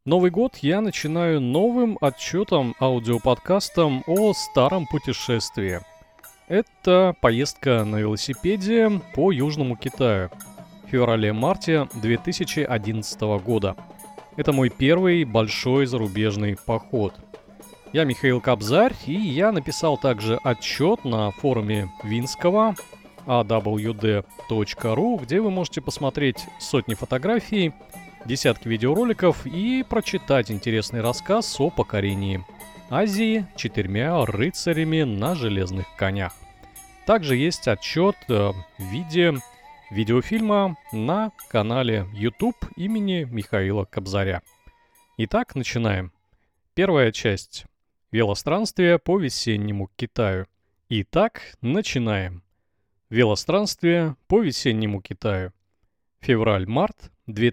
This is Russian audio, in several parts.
Новый год я начинаю новым отчетом-аудиоподкастом о старом путешествии. Это поездка на велосипеде по Южному Китаю в феврале-марте 2011 года. Это мой первый большой зарубежный поход. Я Михаил Кобзарь, и я написал также отчет на форуме Винского awd.ru, где вы можете посмотреть сотни фотографий, десятки видеороликов и прочитать интересный рассказ о покорении Азии 4 рыцарями на железных конях. Также есть отчет в виде видеофильма на канале YouTube имени Михаила Кобзаря. Итак, начинаем. Первая часть. Велостранствие по весеннему Китаю. Итак, начинаем. Велостранствие по весеннему Китаю. Февраль-март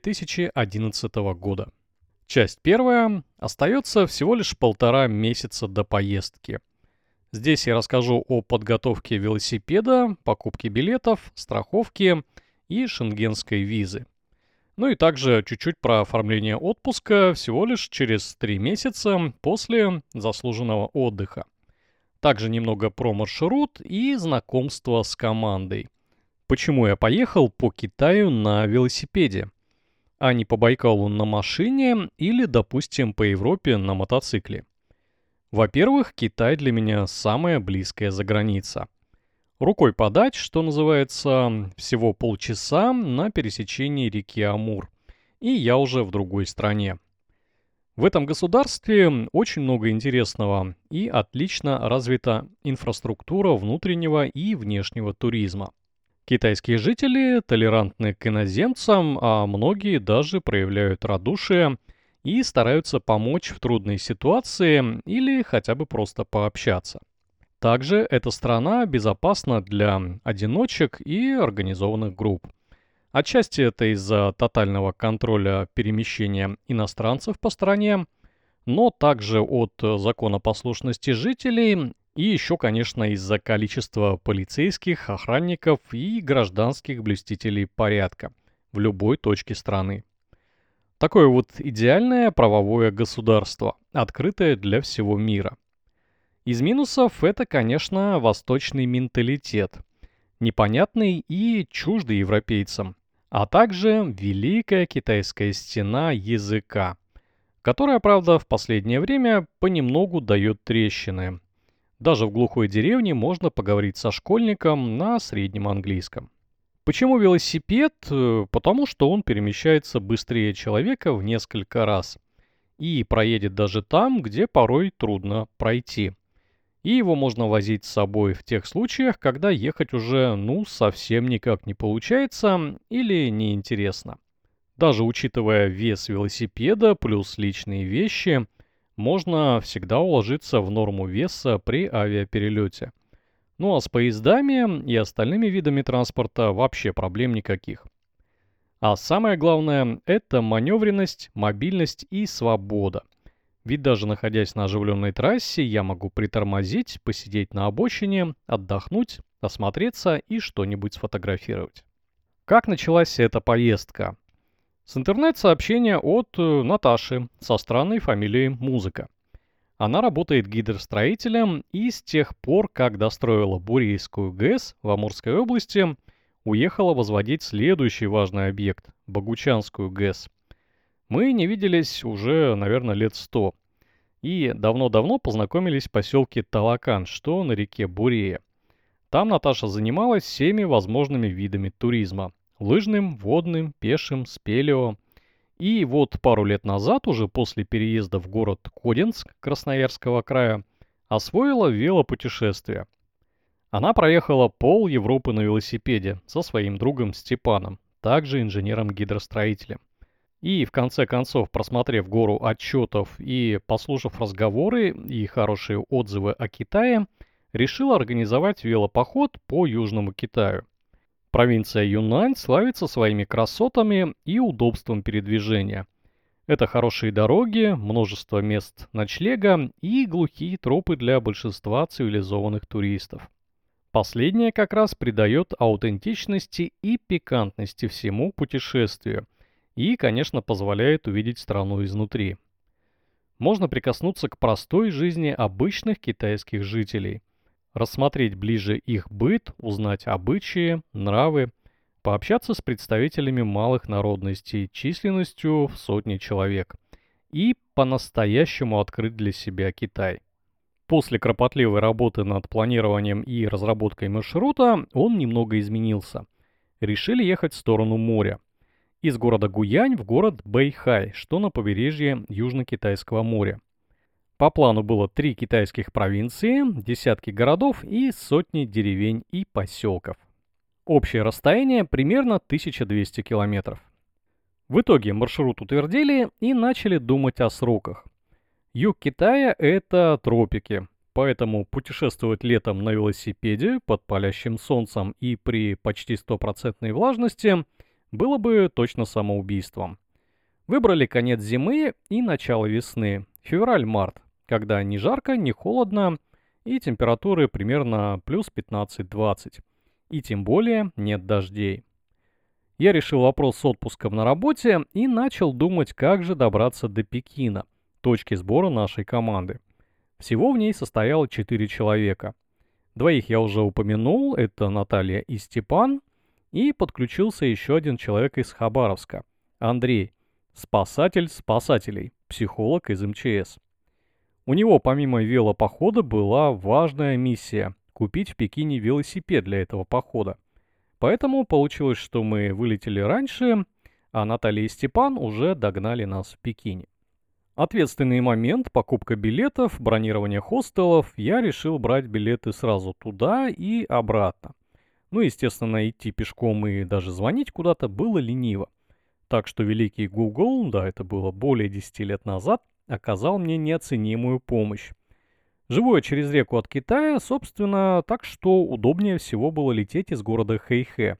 2011 года. Часть первая. Остается всего лишь 1,5 месяца до поездки. Здесь я расскажу о подготовке велосипеда, покупке билетов, страховке и шенгенской визы. Ну и также чуть-чуть про оформление отпуска всего лишь через 3 месяца после заслуженного отдыха. Также немного про маршрут и знакомство с командой. Почему я поехал по Китаю на велосипеде, а не по Байкалу на машине или, допустим, по Европе на мотоцикле? Во-первых, Китай для меня самая близкая заграница. Рукой подать, что называется, всего полчаса на пересечении реки Амур, и я уже в другой стране. В этом государстве очень много интересного и отлично развита инфраструктура внутреннего и внешнего туризма. Китайские жители толерантны к иноземцам, а многие даже проявляют радушие и стараются помочь в трудной ситуации или хотя бы просто пообщаться. Также эта страна безопасна для одиночек и организованных групп. Отчасти это из-за тотального контроля перемещения иностранцев по стране, но также от законопослушности жителей и еще, конечно, из-за количества полицейских, охранников и гражданских блюстителей порядка в любой точке страны. Такое вот идеальное правовое государство, открытое для всего мира. Из минусов это, конечно, восточный менталитет, непонятный и чуждый европейцам, а также Великая Китайская стена языка, которая, правда, в последнее время понемногу дает трещины. Даже в глухой деревне можно поговорить со школьником на среднем английском. Почему велосипед? Потому что он перемещается быстрее человека в несколько раз и проедет даже там, где порой трудно пройти. И его можно возить с собой в тех случаях, когда ехать уже, совсем никак не получается или неинтересно. Даже учитывая вес велосипеда плюс личные вещи, можно всегда уложиться в норму веса при авиаперелете. Ну а с поездами и остальными видами транспорта вообще проблем никаких. А самое главное – это маневренность, мобильность и свобода. Ведь даже находясь на оживленной трассе, я могу притормозить, посидеть на обочине, отдохнуть, осмотреться и что-нибудь сфотографировать. Как началась эта поездка? С интернет-сообщения от Наташи со странной фамилией Музыка. Она работает гидростроителем и с тех пор, как достроила Бурейскую ГЭС в Амурской области, уехала возводить следующий важный объект – Богучанскую ГЭС. Мы не виделись уже, наверное, лет 100. И давно-давно познакомились в поселке Талакан, что на реке Бурея. Там Наташа занималась всеми возможными видами туризма. Лыжным, водным, пешим, спелео. И вот пару лет назад, уже после переезда в город Кодинск Красноярского края, освоила велопутешествие. Она проехала пол Европы на велосипеде со своим другом Степаном, также инженером-гидростроителем. И в конце концов, просмотрев гору отчетов и послушав разговоры и хорошие отзывы о Китае, решила организовать велопоход по Южному Китаю. Провинция Юннань славится своими красотами и удобством передвижения. Это хорошие дороги, множество мест ночлега и глухие тропы для большинства цивилизованных туристов. Последнее как раз придает аутентичности и пикантности всему путешествию и, конечно, позволяет увидеть страну изнутри. Можно прикоснуться к простой жизни обычных китайских жителей, рассмотреть ближе их быт, узнать обычаи, нравы, пообщаться с представителями малых народностей численностью в сотни человек и по-настоящему открыть для себя Китай. После кропотливой работы над планированием и разработкой маршрута он немного изменился. Решили ехать в сторону моря. Из города Гуянь в город Бэйхай, что на побережье Южно-Китайского моря. По плану было 3 китайских провинции, десятки городов и сотни деревень и поселков. Общее расстояние примерно 1200 километров. В итоге маршрут утвердили и начали думать о сроках. Юг Китая — это тропики, поэтому путешествовать летом на велосипеде под палящим солнцем и при почти стопроцентной влажности было бы точно самоубийством. Выбрали конец зимы и начало весны, февраль-март, когда ни жарко, ни холодно и температуры примерно плюс 15-20, и тем более нет дождей. Я решил вопрос с отпуском на работе и начал думать, как же добраться до Пекина, точки сбора нашей команды. Всего в ней состояло 4 человека. 2 я уже упомянул, это Наталья и Степан, и подключился еще один человек из Хабаровска, Андрей, спасатель спасателей, психолог из МЧС. У него помимо велопохода была важная миссия – купить в Пекине велосипед для этого похода. Поэтому получилось, что мы вылетели раньше, а Наталья и Степан уже догнали нас в Пекине. Ответственный момент, покупка билетов, бронирование хостелов, я решил брать билеты сразу туда и обратно. Ну, естественно, идти пешком и даже звонить куда-то было лениво. Так что великий Google, да, это было более 10 лет назад, оказал мне неоценимую помощь. Живу я через реку от Китая, собственно, так что удобнее всего было лететь из города Хэйхэ.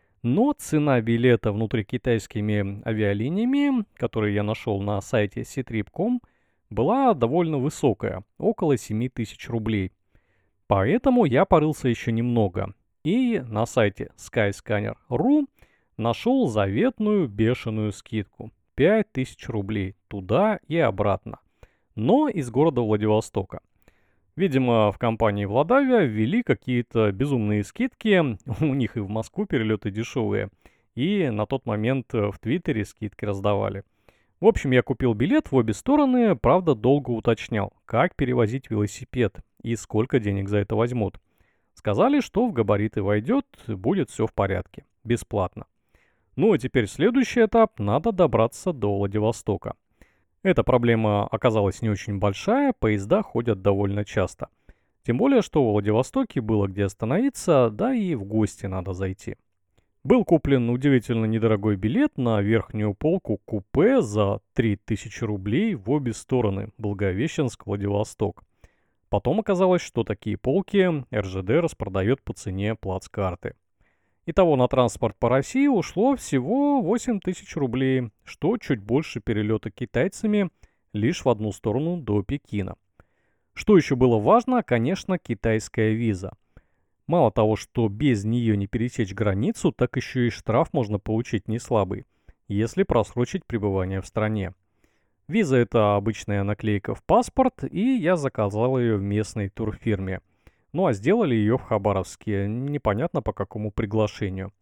Но цена билета внутрикитайскими авиалиниями, которые я нашел на сайте ctrip.com, была довольно высокая, около 7000 рублей. Поэтому я порылся еще немного. И на сайте skyscanner.ru нашел заветную бешеную скидку. 5000 рублей туда и обратно. Но из города Владивостока. Видимо, в компании Владавиа ввели какие-то безумные скидки, у них и в Москву перелеты дешевые, и на тот момент в Твиттере скидки раздавали. В общем, я купил билет в обе стороны, правда, долго уточнял, как перевозить велосипед и сколько денег за это возьмут. Сказали, что в габариты войдет, будет все в порядке, бесплатно. Ну а теперь следующий этап, надо добраться до Владивостока. Эта проблема оказалась не очень большая, поезда ходят довольно часто. Тем более, что в Владивостоке было где остановиться, да и в гости надо зайти. Был куплен удивительно недорогой билет на верхнюю полку купе за 3000 рублей в обе стороны, Благовещенск-Владивосток. Потом оказалось, что такие полки РЖД распродает по цене плацкарты. Итого на транспорт по России ушло всего 8000 рублей, что чуть больше перелета китайцами лишь в одну сторону до Пекина. Что еще было важно, конечно, китайская виза. Мало того, что без нее не пересечь границу, так еще и штраф можно получить неслабый, если просрочить пребывание в стране. Виза — это обычная наклейка в паспорт, и я заказал ее в местной турфирме. Ну а сделали ее в Хабаровске, непонятно по какому приглашению.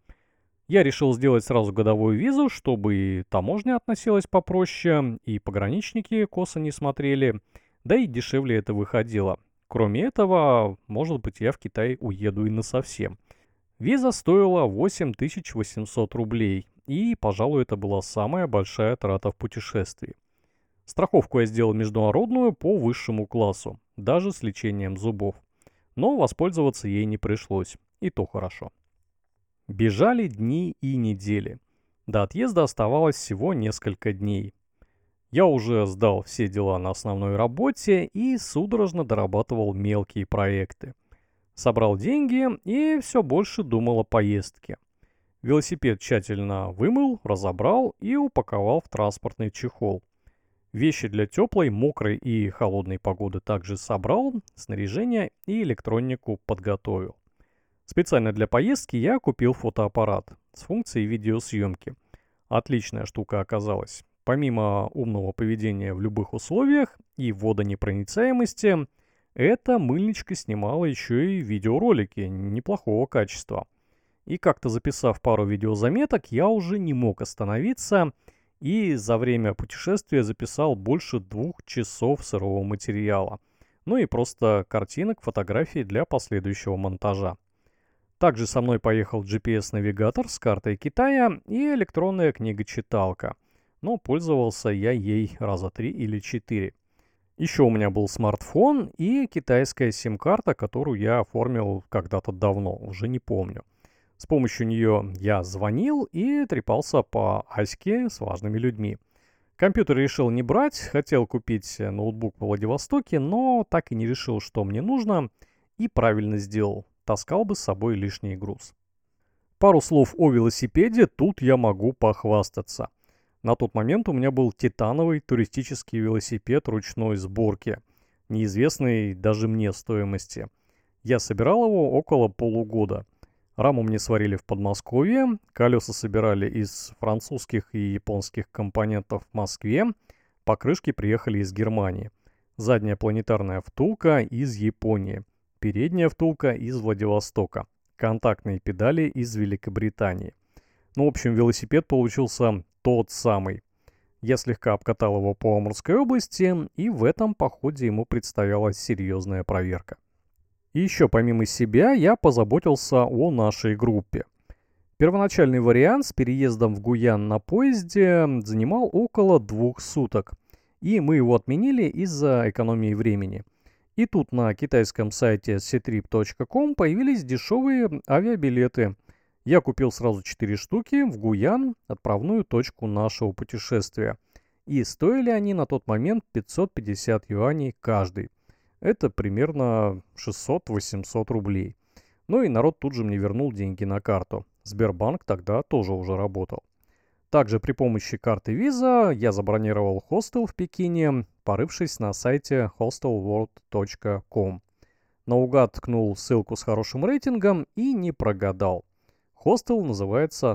Я решил сделать сразу годовую визу, чтобы и таможня относилась попроще, и пограничники косо не смотрели, да и дешевле это выходило. Кроме этого, может быть, я в Китай уеду и насовсем. Виза стоила 8800 рублей, и, пожалуй, это была самая большая трата в путешествии. Страховку я сделал международную по высшему классу, даже с лечением зубов. Но воспользоваться ей не пришлось, и то хорошо. Бежали дни и недели. До отъезда оставалось всего несколько дней. Я уже сдал все дела на основной работе и судорожно дорабатывал мелкие проекты. Собрал деньги и все больше думал о поездке. Велосипед тщательно вымыл, разобрал и упаковал в транспортный чехол. Вещи для теплой, мокрой и холодной погоды также собрал, снаряжение и электронику подготовил. Специально для поездки я купил фотоаппарат с функцией видеосъемки. Отличная штука оказалась. Помимо умного поведения в любых условиях и водонепроницаемости, эта мыльничка снимала еще и видеоролики неплохого качества. И как-то записав пару видеозаметок, я уже не мог остановиться и за время путешествия записал больше 2 часов сырого материала. Ну и просто картинок, фотографий для последующего монтажа. Также со мной поехал GPS-навигатор с картой Китая и электронная книга-читалка. Но пользовался я ей раза 3 или 4. Еще у меня был смартфон и китайская сим-карта, которую я оформил когда-то давно, уже не помню. С помощью нее я звонил и трепался по Аське с важными людьми. Компьютер решил не брать, хотел купить ноутбук в Владивостоке, но так и не решил, что мне нужно, и правильно сделал. Таскал бы с собой лишний груз. Пару слов о велосипеде, тут я могу похвастаться. На тот момент у меня был титановый туристический велосипед ручной сборки, неизвестной даже мне стоимости. Я собирал его около полугода. Раму мне сварили в Подмосковье, колеса собирали из французских и японских компонентов в Москве, покрышки приехали из Германии. Задняя планетарная втулка из Японии, передняя втулка из Владивостока, контактные педали из Великобритании. Ну, в общем, велосипед получился тот самый. Я слегка обкатал его по Амурской области, и в этом походе ему предстояла серьезная проверка. И еще помимо себя я позаботился о нашей группе. Первоначальный вариант с переездом в Гуян на поезде занимал около 2 суток, и мы его отменили из-за экономии времени. И тут на китайском сайте ctrip.com появились дешевые авиабилеты. Я купил сразу 4 штуки в Гуян, отправную точку нашего путешествия. И стоили они на тот момент 550 юаней каждый. Это примерно 600-800 рублей. Ну и народ тут же мне вернул деньги на карту. Сбербанк тогда тоже уже работал. Также при помощи карты Visa я забронировал хостел в Пекине, порывшись на сайте hostelworld.com. Наугад ткнул ссылку с хорошим рейтингом и не прогадал. Хостел называется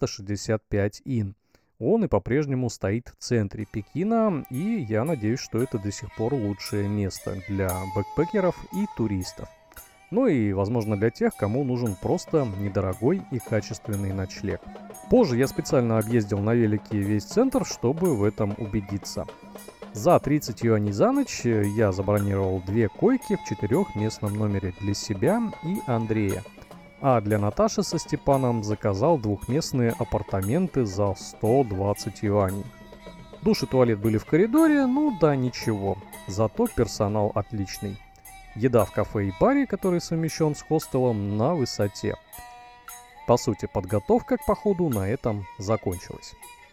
365 Inn. Он и по-прежнему стоит в центре Пекина, и я надеюсь, что это до сих пор лучшее место для бэкпекеров и туристов. Ну и, возможно, для тех, кому нужен просто недорогой и качественный ночлег. Позже я специально объездил на велике весь центр, чтобы в этом убедиться. За 30 юаней за ночь я забронировал 2 койки в 4-местном номере для себя и Андрея. А для Наташи со Степаном заказал 2-местные апартаменты за 120 юаней. Душ и туалет были в коридоре, ну да ничего, зато персонал отличный. Еда в кафе и баре, который совмещен с хостелом, на высоте. По сути, подготовка к походу на этом закончилась.